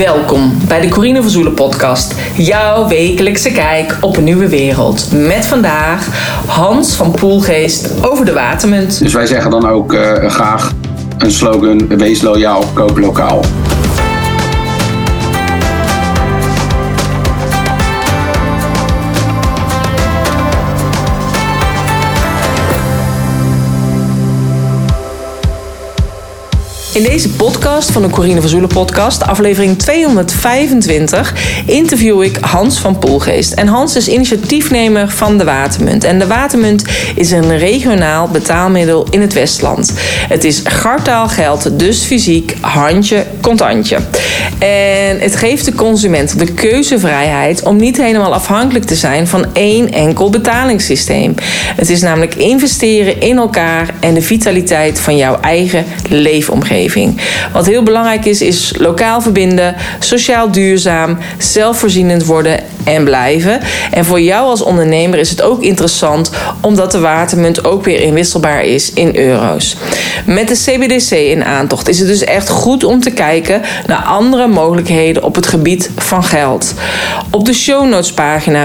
Welkom bij de Corine van Zoelen podcast. Jouw wekelijkse kijk op een nieuwe wereld. Met vandaag Hans van Poelgeest over de watermunt. Dus wij zeggen dan ook graag een slogan: wees loyaal, koop lokaal. In deze podcast van de Corine van Zoelen podcast, aflevering 225, interview ik Hans van Poelgeest. En Hans is initiatiefnemer van de Watermunt. En de Watermunt is een regionaal betaalmiddel in het Westland. Het is gartaalgeld, dus fysiek, handje, contantje. En het geeft de consument de keuzevrijheid om niet helemaal afhankelijk te zijn van één enkel betalingssysteem. Het is namelijk investeren in elkaar en de vitaliteit van jouw eigen leefomgeving. Wat heel belangrijk is lokaal verbinden, sociaal duurzaam, zelfvoorzienend worden en blijven. En voor jou als ondernemer is het ook interessant omdat de watermunt ook weer inwisselbaar is in euro's. Met de CBDC in aantocht is het dus echt goed om te kijken naar andere mogelijkheden op het gebied van geld. Op de show notes pagina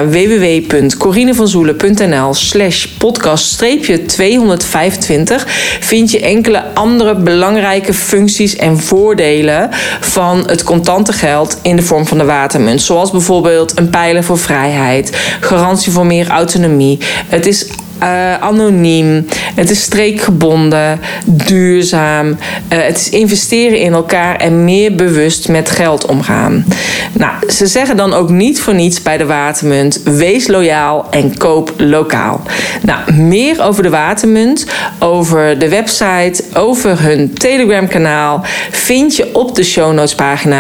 www.corinevanzoelen.nl/podcast-225 vind je enkele andere belangrijke functies en voordelen van het contante geld in de vorm van de watermunt. Zoals bijvoorbeeld een pijler voor vrijheid, garantie voor meer autonomie. Het is anoniem, het is streekgebonden, duurzaam, het is investeren in elkaar en meer bewust met geld omgaan. Nou, ze zeggen dan ook niet voor niets bij de watermunt: wees loyaal en koop lokaal. Nou, meer over de watermunt, over de website, over hun Telegram kanaal vind je op de show notes pagina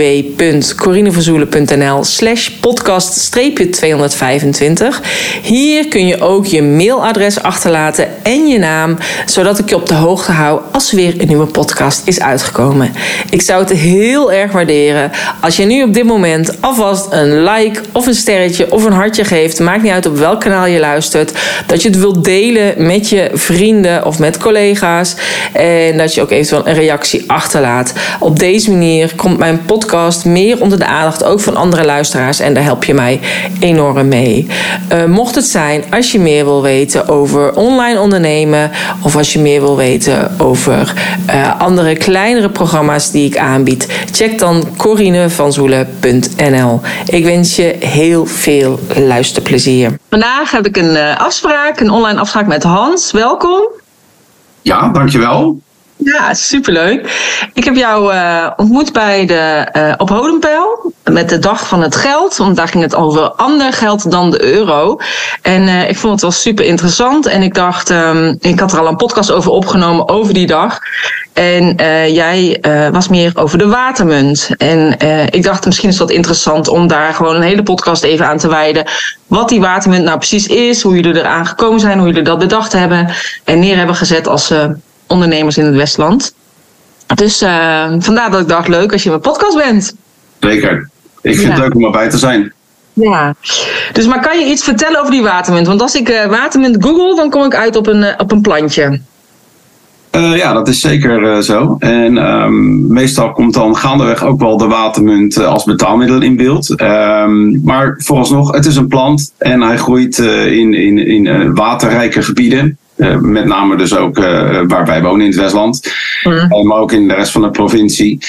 www.corinevanzoelen.nl/podcast-225. Hier kun je ook je mailadres achterlaten en je naam, zodat ik je op de hoogte hou als er weer een nieuwe podcast is uitgekomen. Ik zou het heel erg waarderen als je nu op dit moment alvast een like of een sterretje of een hartje geeft. Maakt niet uit op welk kanaal je luistert. Dat je het wilt delen met je vrienden of met collega's. En dat je ook eventueel een reactie achterlaat. Op deze manier komt mijn podcast meer onder de aandacht ook van andere luisteraars. En daar help je mij enorm mee. Mocht het zijn, als je meer wil weten over online ondernemen, of als je meer wil weten over andere kleinere programma's die ik aanbied, check dan corinevanzoelen.nl. Ik wens je heel veel luisterplezier. Vandaag heb ik een online afspraak met Hans. Welkom. Ja, dankjewel. Ja, superleuk. Ik heb jou ontmoet bij op Hodenpeil met de dag van het geld. Want daar ging het over ander geld dan de euro. En ik vond het wel super interessant. En ik dacht, ik had er al een podcast over opgenomen over die dag. En jij was meer over de watermunt. En ik dacht, misschien is dat interessant om daar gewoon een hele podcast even aan te wijden. Wat die watermunt nou precies is, hoe jullie eraan gekomen zijn, hoe jullie dat bedacht hebben en neer hebben gezet als ondernemers in het Westland. Dus vandaar dat ik dacht, leuk als je in mijn podcast bent. Zeker. Ik vind het leuk om erbij te zijn. Ja. Dus maar kan je iets vertellen over die watermunt? Want als ik watermunt google, dan kom ik uit op een plantje. Ja, dat is zeker zo. En meestal komt dan gaandeweg ook wel de watermunt als betaalmiddel in beeld. Maar vooralsnog, het is een plant en hij groeit in waterrijke gebieden. Met name dus ook waar wij wonen in het Westland. Maar ook in de rest van de provincie.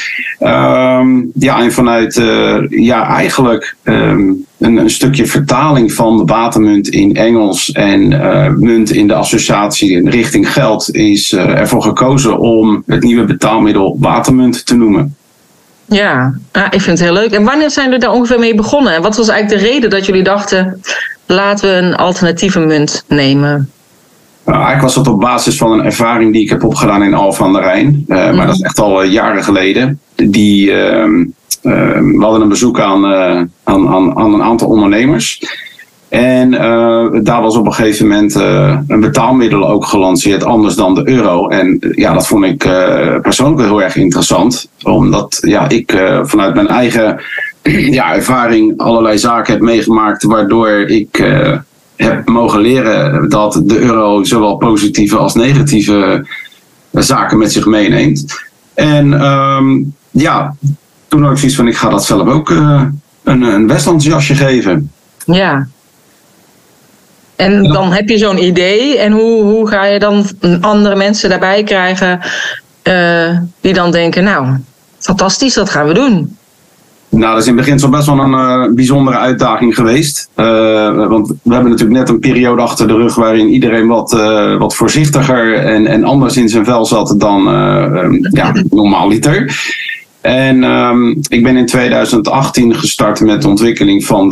En vanuit eigenlijk een stukje vertaling van de watermunt in Engels en munt in de associatie richting geld is ervoor gekozen om het nieuwe betaalmiddel watermunt te noemen. Ja, ik vind het heel leuk. En wanneer zijn jullie daar ongeveer mee begonnen? En wat was eigenlijk de reden dat jullie dachten, laten we een alternatieve munt nemen? Eigenlijk was dat op basis van een ervaring die ik heb opgedaan in Alphen aan de Rijn. Maar dat is echt al jaren geleden. We hadden een bezoek aan een aantal ondernemers. En daar was op een gegeven moment een betaalmiddel ook gelanceerd, anders dan de euro. En dat vond ik persoonlijk heel erg interessant. Omdat ik vanuit mijn eigen ervaring allerlei zaken heb meegemaakt waardoor ik heb mogen leren dat de euro zowel positieve als negatieve zaken met zich meeneemt. En toen had ik zoiets van, ik ga dat zelf ook een Westlands jasje geven. Ja. En dan heb je zo'n idee. En hoe ga je dan andere mensen daarbij krijgen die dan denken, nou, fantastisch, dat gaan we doen. Nou, dat is in het begin best wel een bijzondere uitdaging geweest. Want we hebben natuurlijk net een periode achter de rug waarin iedereen wat voorzichtiger en anders in zijn vel zat dan normaaliter. En ik ben in 2018 gestart met de ontwikkeling van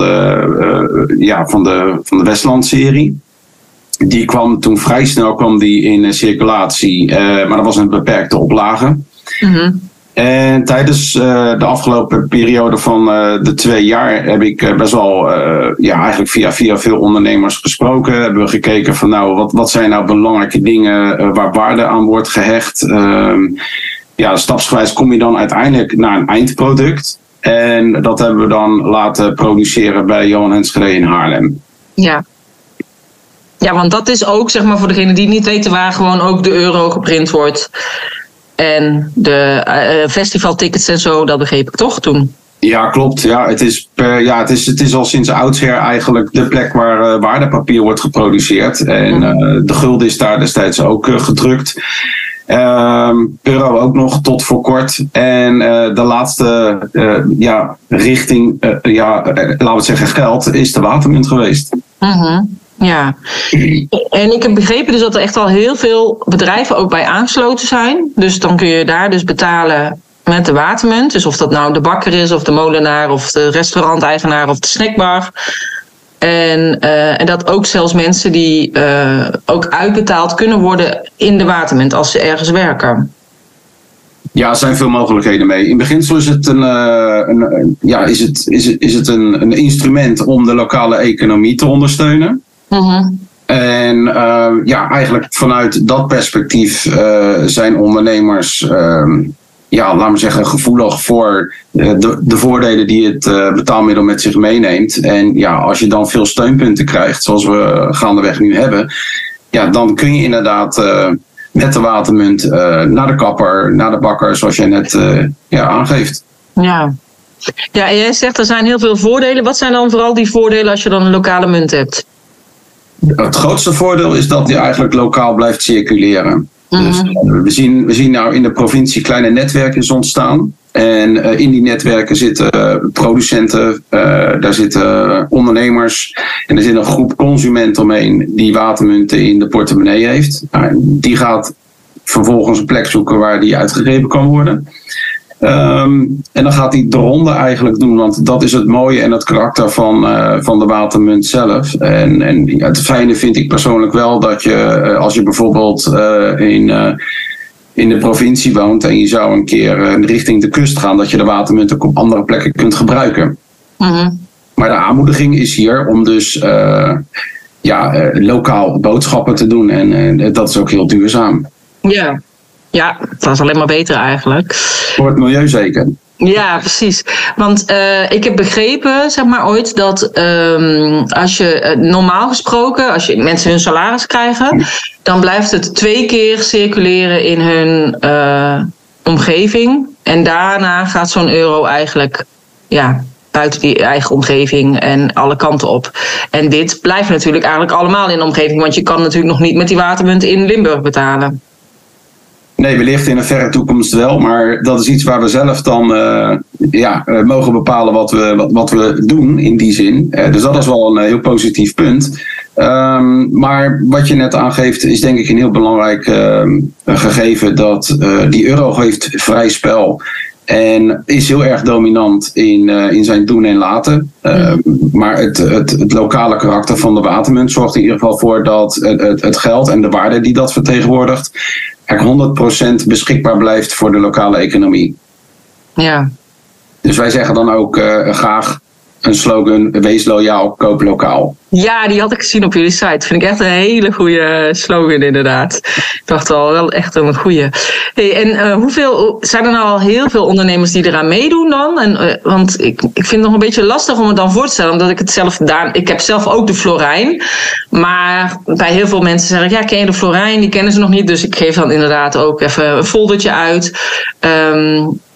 de Westland-serie. Die kwam toen vrij snel in circulatie, maar dat was een beperkte oplage. Mm-hmm. En tijdens de afgelopen periode van de 2 jaar heb ik best wel eigenlijk via veel ondernemers gesproken. Hebben we gekeken van nou, wat zijn nou belangrijke dingen waar waarde aan wordt gehecht. Stapsgewijs kom je dan uiteindelijk naar een eindproduct. En dat hebben we dan laten produceren bij Johan Enschede in Haarlem. Ja. Ja, want dat is ook, zeg maar, voor degenen die niet weten, waar gewoon ook de euro geprint wordt. En de festivaltickets en zo, dat begreep ik toch toen? Ja, klopt. Ja, het is al sinds oudsher eigenlijk de plek waar waardepapier wordt geproduceerd. En de gulden is daar destijds ook gedrukt. Euro ook nog tot voor kort. En de laatste richting, laten we zeggen geld, is de watermunt geweest. Mm-hmm. Ja, en ik heb begrepen dus dat er echt al heel veel bedrijven ook bij aangesloten zijn. Dus dan kun je daar dus betalen met de watermunt. Dus of dat nou de bakker is, of de molenaar, of de restauranteigenaar, of de snackbar. En dat ook zelfs mensen die ook uitbetaald kunnen worden in de watermunt als ze ergens werken. Ja, er zijn veel mogelijkheden mee. In beginsel is het een instrument om de lokale economie te ondersteunen. Mm-hmm. En eigenlijk vanuit dat perspectief zijn ondernemers, laten we zeggen, gevoelig voor de voordelen die het betaalmiddel met zich meeneemt. En als je dan veel steunpunten krijgt, zoals we gaandeweg nu hebben, dan kun je inderdaad met de watermunt naar de kapper, naar de bakker, zoals jij net aangeeft. Ja. Ja, en jij zegt er zijn heel veel voordelen. Wat zijn dan vooral die voordelen als je dan een lokale munt hebt? Het grootste voordeel is dat die eigenlijk lokaal blijft circuleren. Mm-hmm. Dus we zien nou in de provincie kleine netwerken ontstaan. En in die netwerken zitten producenten, daar zitten ondernemers. En er zit een groep consumenten omheen die watermunten in de portemonnee heeft. Nou, die gaat vervolgens een plek zoeken waar die uitgegeven kan worden. En dan gaat hij de ronde eigenlijk doen, want dat is het mooie en het karakter van de watermunt zelf. En het fijne vind ik persoonlijk wel dat je, als je bijvoorbeeld in de provincie woont en je zou een keer richting de kust gaan, dat je de watermunt ook op andere plekken kunt gebruiken. Mm-hmm. Maar de aanmoediging is hier om dus lokaal boodschappen te doen en dat is ook heel duurzaam. Ja. Ja, dat is alleen maar beter eigenlijk. Voor het milieu zeker. Ja, precies. Want ik heb begrepen, zeg maar ooit, dat als je normaal gesproken, als je mensen hun salaris krijgen, dan blijft het 2 keer circuleren in hun omgeving. En daarna gaat zo'n euro eigenlijk buiten die eigen omgeving en alle kanten op. En dit blijft natuurlijk eigenlijk allemaal in de omgeving, want je kan natuurlijk nog niet met die watermunt in Limburg betalen. Nee, wellicht in een verre toekomst wel, maar dat is iets waar we zelf dan mogen bepalen wat we doen in die zin. Dus dat is wel een heel positief punt. Maar wat je net aangeeft is denk ik een heel belangrijk gegeven, dat die euro heeft vrij spel. En is heel erg dominant in zijn doen en laten. Maar het lokale karakter van de watermunt zorgt in ieder geval voor dat het geld en de waarde die dat vertegenwoordigt er 100% beschikbaar blijft voor de lokale economie. Ja. Dus wij zeggen dan ook graag een slogan: wees loyaal, koop lokaal. Ja, die had ik gezien op jullie site. Vind ik echt een hele goede slogan inderdaad. Ik dacht al, wel echt een goede. Hey, en hoeveel zijn er nou al heel veel ondernemers die eraan meedoen dan? Want ik vind het nog een beetje lastig om het dan voor te stellen, omdat ik het zelf ik heb zelf ook de Florijn. Maar bij heel veel mensen zeg ik, ja, ken je de Florijn? Die kennen ze nog niet. Dus ik geef dan inderdaad ook even een foldertje uit.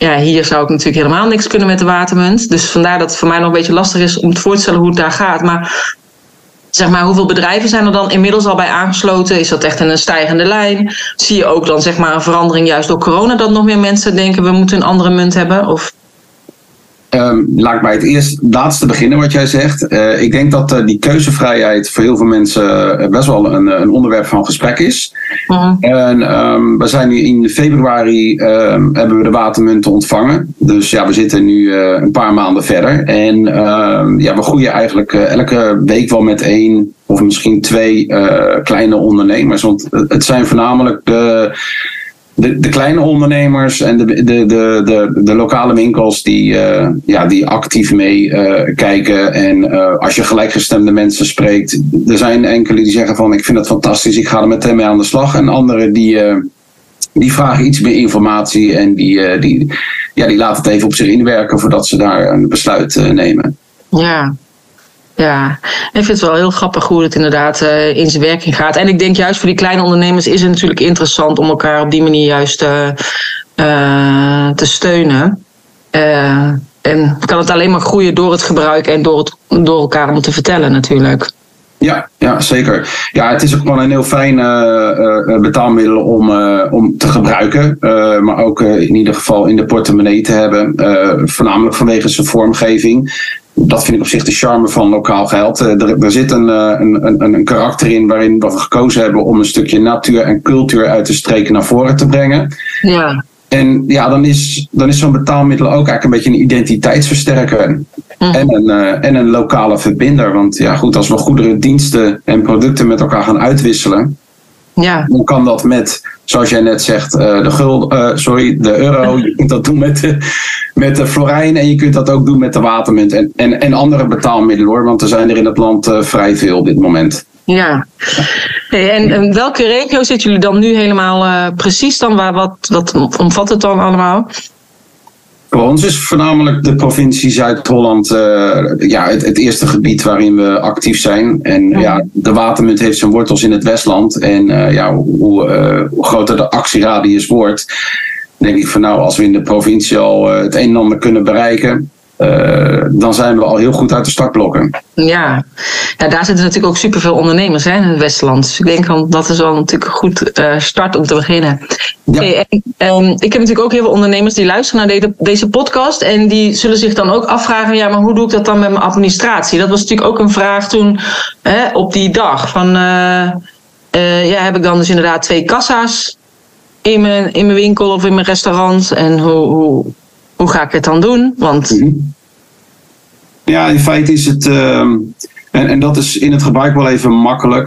hier zou ik natuurlijk helemaal niks kunnen met de watermunt. Dus vandaar dat het voor mij nog een beetje lastig is om te voor te stellen hoe het daar gaat. Maar zeg maar, hoeveel bedrijven zijn er dan inmiddels al bij aangesloten? Is dat echt in een stijgende lijn? Zie je ook dan zeg maar een verandering juist door corona dat nog meer mensen denken we moeten een andere munt hebben? Of... Laat ik bij het laatste beginnen wat jij zegt. Ik denk dat die keuzevrijheid voor heel veel mensen best wel een onderwerp van gesprek is. En we zijn nu in februari hebben we de watermunten ontvangen. Dus ja, we zitten nu een paar maanden verder. En we groeien eigenlijk elke week wel met 1 of misschien 2 kleine ondernemers. Want het zijn voornamelijk de kleine ondernemers en de lokale winkels die actief mee kijken. En als je gelijkgestemde mensen spreekt, er zijn enkele die zeggen van ik vind het fantastisch, ik ga er meteen mee aan de slag. En anderen die vragen iets meer informatie en die laten het even op zich inwerken voordat ze daar een besluit nemen. Ja, ik vind het wel heel grappig hoe het inderdaad in zijn werking gaat. En ik denk juist voor die kleine ondernemers is het natuurlijk interessant om elkaar op die manier juist te steunen. En kan het alleen maar groeien door het gebruik en door elkaar om te vertellen natuurlijk. Ja, zeker. Ja, het is ook gewoon een heel fijn betaalmiddel om te gebruiken. Maar ook in ieder geval in de portemonnee te hebben. Voornamelijk vanwege zijn vormgeving. Dat vind ik op zich de charme van lokaal geld. Er zit een karakter in waarin we gekozen hebben om een stukje natuur en cultuur uit de streken naar voren te brengen. Ja. En ja, dan is zo'n betaalmiddel ook eigenlijk een beetje een identiteitsversterker. En een lokale verbinder. Want ja, goed, als we goederen, diensten en producten met elkaar gaan uitwisselen. Ja. Dan kan dat met, zoals jij net zegt, de euro. Je kunt dat doen met de florijn en je kunt dat ook doen met de watermunt. En andere betaalmiddelen hoor, want er zijn er in het land vrij veel op dit moment. Ja. Hey, en welke regio zitten jullie dan nu helemaal precies dan? Wat omvat het dan allemaal? Voor ons is voornamelijk de provincie Zuid-Holland het eerste gebied waarin we actief zijn. En de watermunt heeft zijn wortels in het Westland. En hoe groter de actieradius wordt, denk ik van als we in de provincie al het een en ander kunnen bereiken, dan zijn we al heel goed uit de startblokken. Ja, daar zitten natuurlijk ook superveel ondernemers in het Westland. Dus ik denk dat is wel natuurlijk een goed start om te beginnen. Ja. Hey, ik heb natuurlijk ook heel veel ondernemers die luisteren naar deze podcast. En die zullen zich dan ook afvragen, maar hoe doe ik dat dan met mijn administratie? Dat was natuurlijk ook een vraag toen op die dag. Van, heb ik dan dus inderdaad 2 kassa's in mijn winkel of in mijn restaurant? En hoe ga ik het dan doen? Want... Ja, in feite is het... En dat is in het gebruik wel even makkelijk.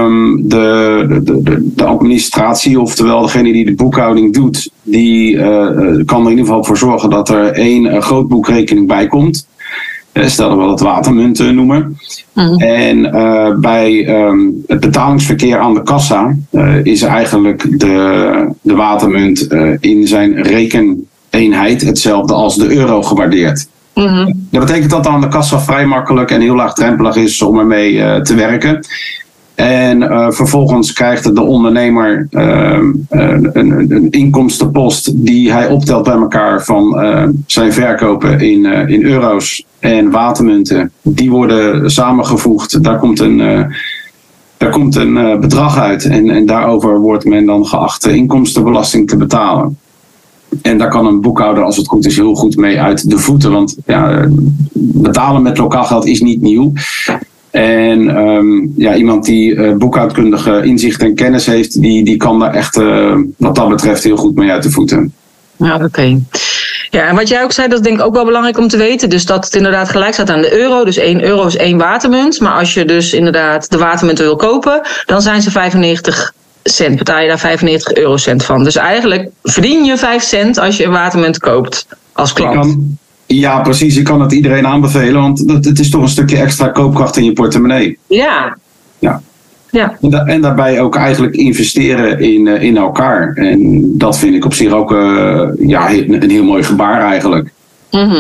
De administratie, oftewel degene die de boekhouding doet, die kan er in ieder geval voor zorgen dat er 1 grootboekrekening bij komt. Stel dat we dat watermunt noemen. En bij het betalingsverkeer aan de kassa is eigenlijk de watermunt in zijn rekeneenheid hetzelfde als de euro gewaardeerd. Dat betekent dat aan de kassa vrij makkelijk en heel laagdrempelig is om ermee te werken. En vervolgens krijgt de ondernemer een inkomstenpost die hij optelt bij elkaar van zijn verkopen in euro's en watermunten. Die worden samengevoegd. Daar komt een bedrag uit en daarover wordt men dan geacht inkomstenbelasting te betalen. En daar kan een boekhouder, als het goed is, heel goed mee uit de voeten. Want betalen met lokaal geld is niet nieuw. En iemand die boekhoudkundige inzicht en kennis heeft, die kan daar echt wat dat betreft heel goed mee uit de voeten. Ja, oké. Ja, en wat jij ook zei, dat is denk ik ook wel belangrijk om te weten. Dus dat het inderdaad gelijk staat aan de euro. Dus 1 euro is 1 watermunt. Maar als je dus inderdaad de watermunten wil kopen, dan zijn ze 95 cent. Betaal je daar 95 eurocent van. Dus eigenlijk verdien je 5 cent als je een watermunt koopt als klant. Ja, precies. Ik kan het iedereen aanbevelen, want het is toch een stukje extra koopkracht in je portemonnee. Ja. En daarbij ook eigenlijk investeren in elkaar. En dat vind ik op zich ook een heel mooi gebaar eigenlijk.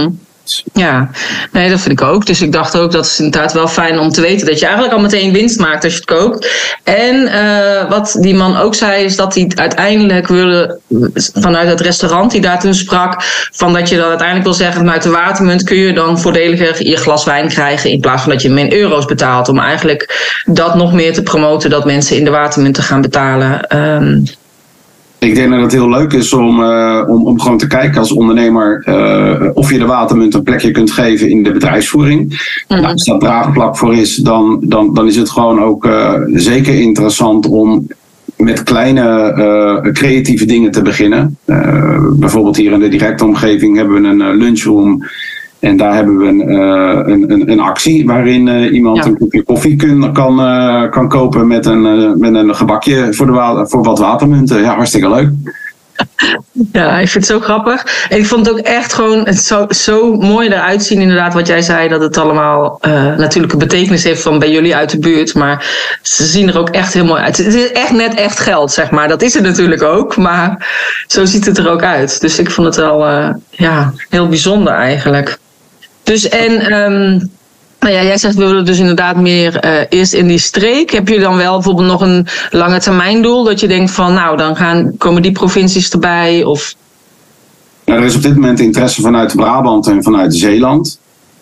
Ja, nee, dat vind ik ook. Dus ik dacht ook, dat is inderdaad wel fijn om te weten dat je eigenlijk al meteen winst maakt als je het koopt. En wat die man ook zei, is dat hij het uiteindelijk wilde, vanuit het restaurant die daar toen sprak, van dat je dan uiteindelijk wil zeggen, vanuit de Watermunt kun je dan voordeliger je glas wijn krijgen in plaats van dat je hem in euro's betaalt. Om eigenlijk dat nog meer te promoten, dat mensen in de Watermunten gaan betalen. Ik denk dat het heel leuk is om gewoon te kijken als ondernemer of je de Watermunt een plekje kunt geven in de bedrijfsvoering. Nou, als dat draagvlak voor is, dan is het gewoon ook zeker interessant om met kleine creatieve dingen te beginnen. Bijvoorbeeld hier in de directe omgeving hebben we een lunchroom. En daar hebben we een actie waarin iemand een kopje koffie kan kopen met een gebakje voor wat watermunten. Ja, hartstikke leuk. Ja, ik vind het zo grappig. En ik vond het ook echt gewoon zo mooi eruit zien, inderdaad, wat jij zei, dat het allemaal natuurlijk een betekenis heeft van bij jullie uit de buurt. Maar ze zien er ook echt heel mooi uit. Het is echt net echt geld, zeg maar. Dat is het natuurlijk ook, maar zo ziet het er ook uit. Dus ik vond het wel heel bijzonder eigenlijk. Dus jij zegt we willen dus inderdaad meer eerst in die streek. Heb je dan wel bijvoorbeeld nog een lange termijn doel dat je denkt van nou dan komen die provincies erbij? Of? Nou, er is op dit moment interesse vanuit Brabant en vanuit Zeeland.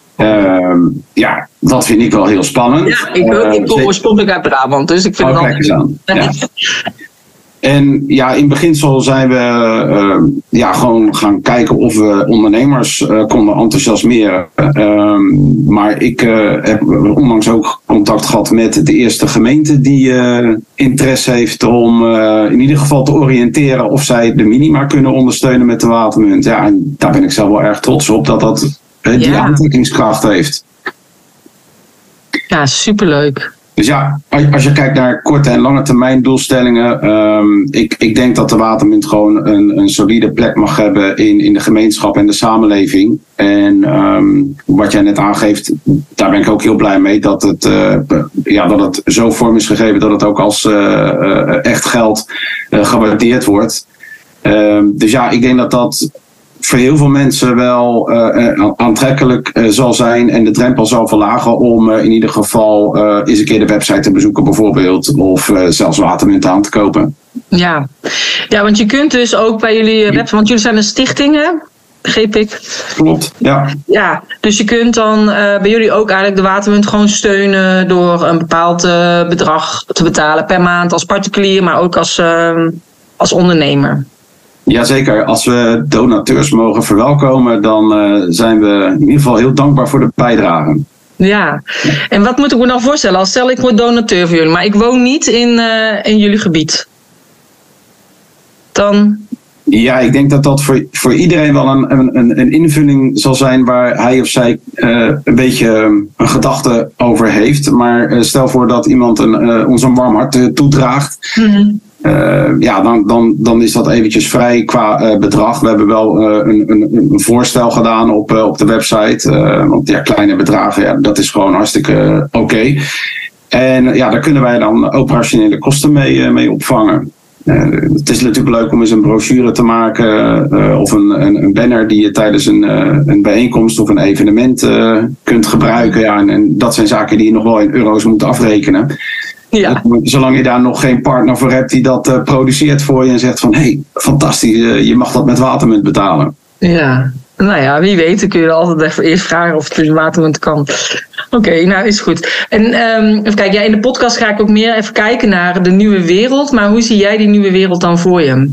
Dat vind ik wel heel spannend. Ja, ik kom oorspronkelijk uit Brabant, dus ik vind het kijk eens aan. Ja. En in beginsel zijn we gewoon gaan kijken of we ondernemers konden enthousiasmeren. Maar ik heb onlangs ook contact gehad met de eerste gemeente die interesse heeft om in ieder geval te oriënteren of zij de minima kunnen ondersteunen met de Watermunt. Ja, en daar ben ik zelf wel erg trots op dat die aantrekkingskracht heeft. Ja, superleuk. Dus ja, als je kijkt naar korte en lange termijn doelstellingen. Ik denk dat de Watermunt gewoon een solide plek mag hebben in de gemeenschap en de samenleving. En wat jij net aangeeft, daar ben ik ook heel blij mee. Dat het zo vorm is gegeven dat het ook als echt geld gewaardeerd wordt. Dus ja, ik denk dat voor heel veel mensen wel aantrekkelijk zal zijn en de drempel zal verlagen om in ieder geval eens een keer de website te bezoeken bijvoorbeeld of zelfs Watermunt aan te kopen. Ja, want je kunt dus ook bij jullie website, want jullie zijn een stichting, hè? Begreep ik. Klopt, ja. Ja, dus je kunt dan bij jullie ook eigenlijk de Watermunt gewoon steunen door een bepaald bedrag te betalen per maand als particulier, maar ook als ondernemer. Jazeker, als we donateurs mogen verwelkomen, dan zijn we in ieder geval heel dankbaar voor de bijdrage. Ja, en wat moet ik me nou voorstellen? Als stel ik word donateur voor jullie, maar ik woon niet in jullie gebied. Dan? Ja, ik denk dat voor iedereen wel een invulling zal zijn waar hij of zij een beetje een gedachte over heeft. Maar stel voor dat iemand ons een warm hart toedraagt. Mm-hmm. Dan is dat eventjes vrij qua bedrag. We hebben wel een voorstel gedaan op de website. Want kleine bedragen, dat is gewoon hartstikke oké. En daar kunnen wij dan operationele kosten mee opvangen. Het is natuurlijk leuk om eens een brochure te maken of een banner die je tijdens een bijeenkomst of een evenement kunt gebruiken. Ja, en dat zijn zaken die je nog wel in euro's moet afrekenen. Ja. Zolang je daar nog geen partner voor hebt die dat produceert voor je en zegt van hey, fantastisch, je mag dat met Watermunt betalen. Ja, nou ja, wie weet, dan kun je altijd even eerst vragen of het met Watermunt kan. Oké, nou is goed. En even kijken, in de podcast ga ik ook meer even kijken naar de nieuwe wereld. Maar hoe zie jij die nieuwe wereld dan voor je?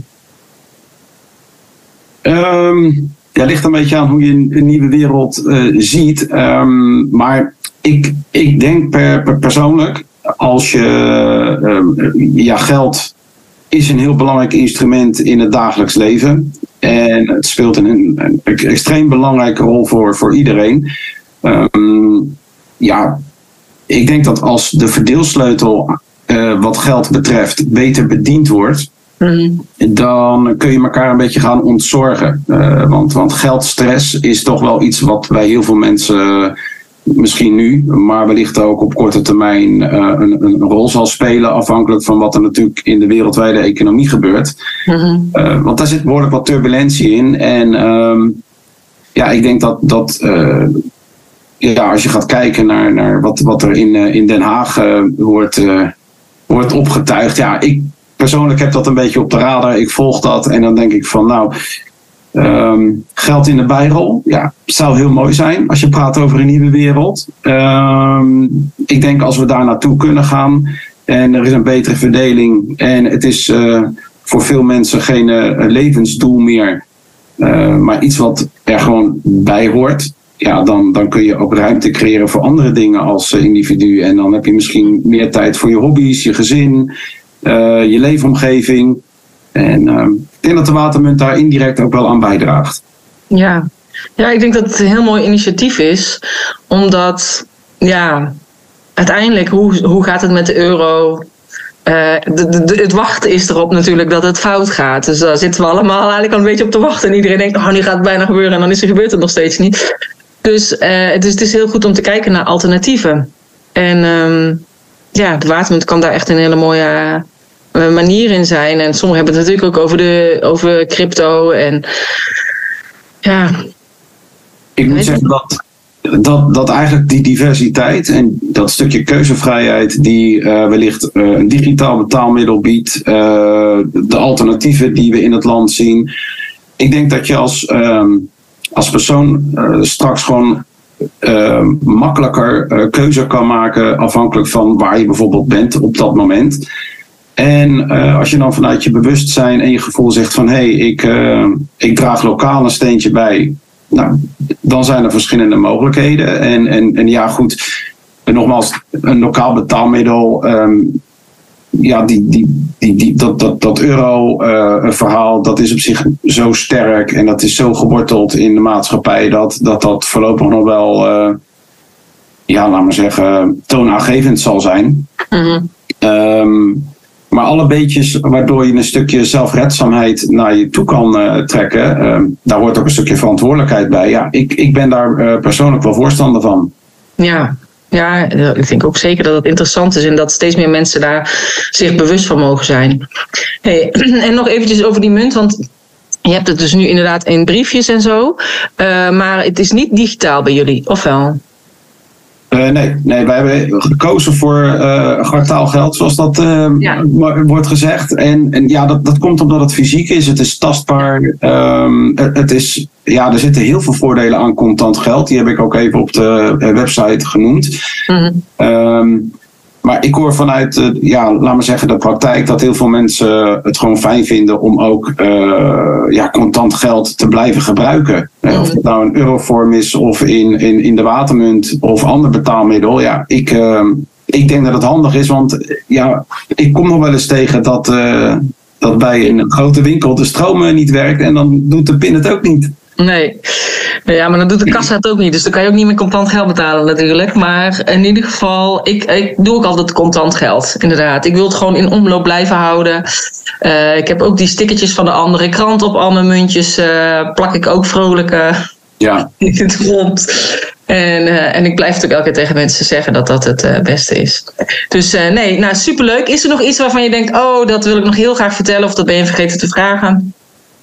Ligt een beetje aan hoe je een nieuwe wereld ziet. Maar ik denk persoonlijk, als je geld is een heel belangrijk instrument in het dagelijks leven. En het speelt een extreem belangrijke rol voor iedereen. Ik denk dat als de verdeelsleutel wat geld betreft beter bediend wordt, dan kun je elkaar een beetje gaan ontzorgen. Want geldstress is toch wel iets wat bij heel veel mensen misschien nu, maar wellicht ook op korte termijn een rol zal spelen, afhankelijk van wat er natuurlijk in de wereldwijde economie gebeurt. Want daar zit behoorlijk wat turbulentie in. En ja, ik denk dat als je gaat kijken naar wat er in Den Haag wordt opgetuigd. Ja, ik persoonlijk heb dat een beetje op de radar. Ik volg dat en dan denk ik van geld in de bijrol. Ja, zou heel mooi zijn als je praat over een nieuwe wereld. Ik denk als we daar naartoe kunnen gaan en er is een betere verdeling en het is voor veel mensen geen levensdoel meer, maar iets wat er gewoon bij hoort. Ja, dan kun je ook ruimte creëren voor andere dingen als individu. En dan heb je misschien meer tijd voor je hobby's, je gezin, je leefomgeving. En ik denk dat de Watermunt daar indirect ook wel aan bijdraagt. Ja, ik denk dat het een heel mooi initiatief is. Omdat, uiteindelijk, hoe gaat het met de euro? Het wachten is erop natuurlijk dat het fout gaat. Dus daar zitten we allemaal eigenlijk al een beetje op te wachten. En iedereen denkt, nu gaat het bijna gebeuren. En dan gebeurt het nog steeds niet. Dus het is heel goed om te kijken naar alternatieven. En de Watermunt kan daar echt een hele mooie manier in zijn. En sommigen hebben het natuurlijk ook over crypto. En ja. Ik moet zeggen dat eigenlijk die diversiteit en dat stukje keuzevrijheid die wellicht een digitaal betaalmiddel biedt, de alternatieven die we in het land zien. Ik denk dat je als persoon straks gewoon makkelijker keuze kan maken afhankelijk van waar je bijvoorbeeld bent op dat moment. En als je dan vanuit je bewustzijn en je gevoel zegt van ik draag lokaal een steentje bij. Nou, dan zijn er verschillende mogelijkheden. En ja, goed. En nogmaals, een lokaal betaalmiddel. Dat euro-verhaal, dat is op zich zo sterk. En dat is zo geworteld in de maatschappij. Dat voorlopig nog wel, laat maar zeggen, toonaangevend zal zijn. Mm-hmm. Maar alle beetjes waardoor je een stukje zelfredzaamheid naar je toe kan trekken, daar hoort ook een stukje verantwoordelijkheid bij. Ja, ik ben daar persoonlijk wel voorstander van. Ja, ik denk ook zeker dat het interessant is en dat steeds meer mensen daar zich bewust van mogen zijn. Hey, en nog eventjes over die munt, want je hebt het dus nu inderdaad in briefjes en zo, maar het is niet digitaal bij jullie, of wel? Nee, wij hebben gekozen voor kwartaalgeld, zoals dat wordt gezegd. En dat komt omdat het fysiek is. Het is tastbaar. Er zitten heel veel voordelen aan contant geld. Die heb ik ook even op de website genoemd. Mm-hmm. Maar ik hoor vanuit, laat maar zeggen, de praktijk dat heel veel mensen het gewoon fijn vinden om ook contant geld te blijven gebruiken. Mm-hmm. Of het nou een eurovorm is of in de Watermunt of ander betaalmiddel. Ja, ik denk dat het handig is, want ik kom nog wel eens tegen dat bij een grote winkel de stroom niet werkt en dan doet de pin het ook niet. Nee, maar dan doet de kassa het ook niet. Dus dan kan je ook niet meer contant geld betalen natuurlijk. Maar in ieder geval, ik doe ook altijd contant geld, inderdaad. Ik wil het gewoon in omloop blijven houden. Ik heb ook die stickertjes van de andere krant op al mijn muntjes. Plak ik ook vrolijk in het rond. En ik blijf natuurlijk elke keer tegen mensen zeggen dat dat het beste is. Dus superleuk. Is er nog iets waarvan je denkt, dat wil ik nog heel graag vertellen, of dat ben je vergeten te vragen?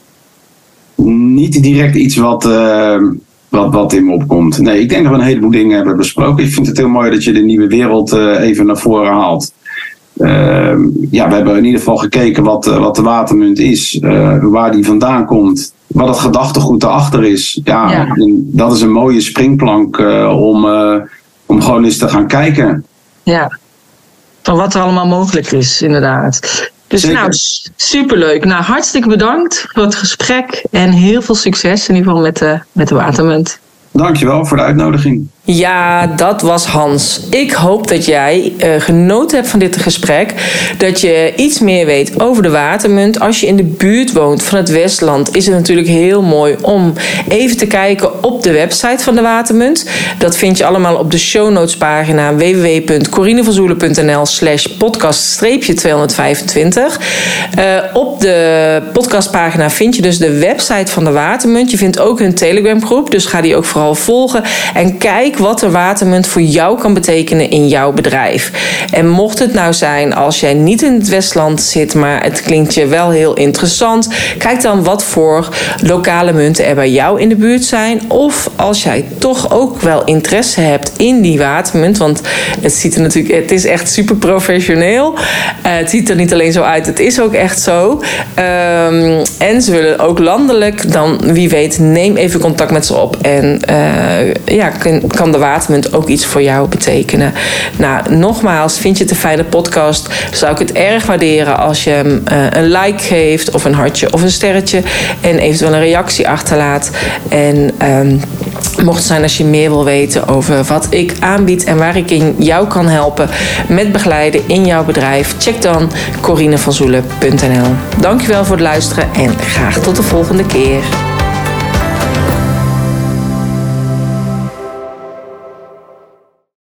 Niet direct iets wat in me opkomt. Nee, ik denk dat we een heleboel dingen hebben besproken. Ik vind het heel mooi dat je de nieuwe wereld even naar voren haalt. We hebben in ieder geval gekeken wat de Watermunt is. Waar die vandaan komt. Wat het gedachtegoed erachter is. En dat is een mooie springplank om gewoon eens te gaan kijken. Ja, van wat er allemaal mogelijk is, inderdaad. Dus zeker. Superleuk. Hartstikke bedankt voor het gesprek en heel veel succes in ieder geval met de Watermunt. Dankjewel voor de uitnodiging. Ja, dat was Hans. Ik hoop dat jij genoten hebt van dit gesprek. Dat je iets meer weet over de Watermunt. Als je in de buurt woont van het Westland, is het natuurlijk heel mooi om even te kijken op de website van de Watermunt. Dat vind je allemaal op de show notes pagina www.corinevanzoelen.nl/podcast-225. Op de podcastpagina vind je dus de website van de Watermunt. Je vindt ook hun Telegram groep, dus ga die ook vooral volgen. En kijk wat de Watermunt voor jou kan betekenen in jouw bedrijf. En mocht het nou zijn als jij niet in het Westland zit, maar het klinkt je wel heel interessant, kijk dan wat voor lokale munten er bij jou in de buurt zijn. Of als jij toch ook wel interesse hebt in die Watermunt, want het is echt super professioneel. Het ziet er niet alleen zo uit, het is ook echt zo. En ze willen ook landelijk, dan wie weet, neem even contact met ze op. En kan de Watermunt ook iets voor jou betekenen. Nou, nogmaals, vind je het een fijne podcast, zou ik het erg waarderen als je hem een like geeft of een hartje of een sterretje en eventueel een reactie achterlaat. En mocht het zijn als je meer wil weten over wat ik aanbied en waar ik in jou kan helpen met begeleiden in jouw bedrijf, check dan corinevanzoelen.nl. Dankjewel voor het luisteren en graag tot de volgende keer.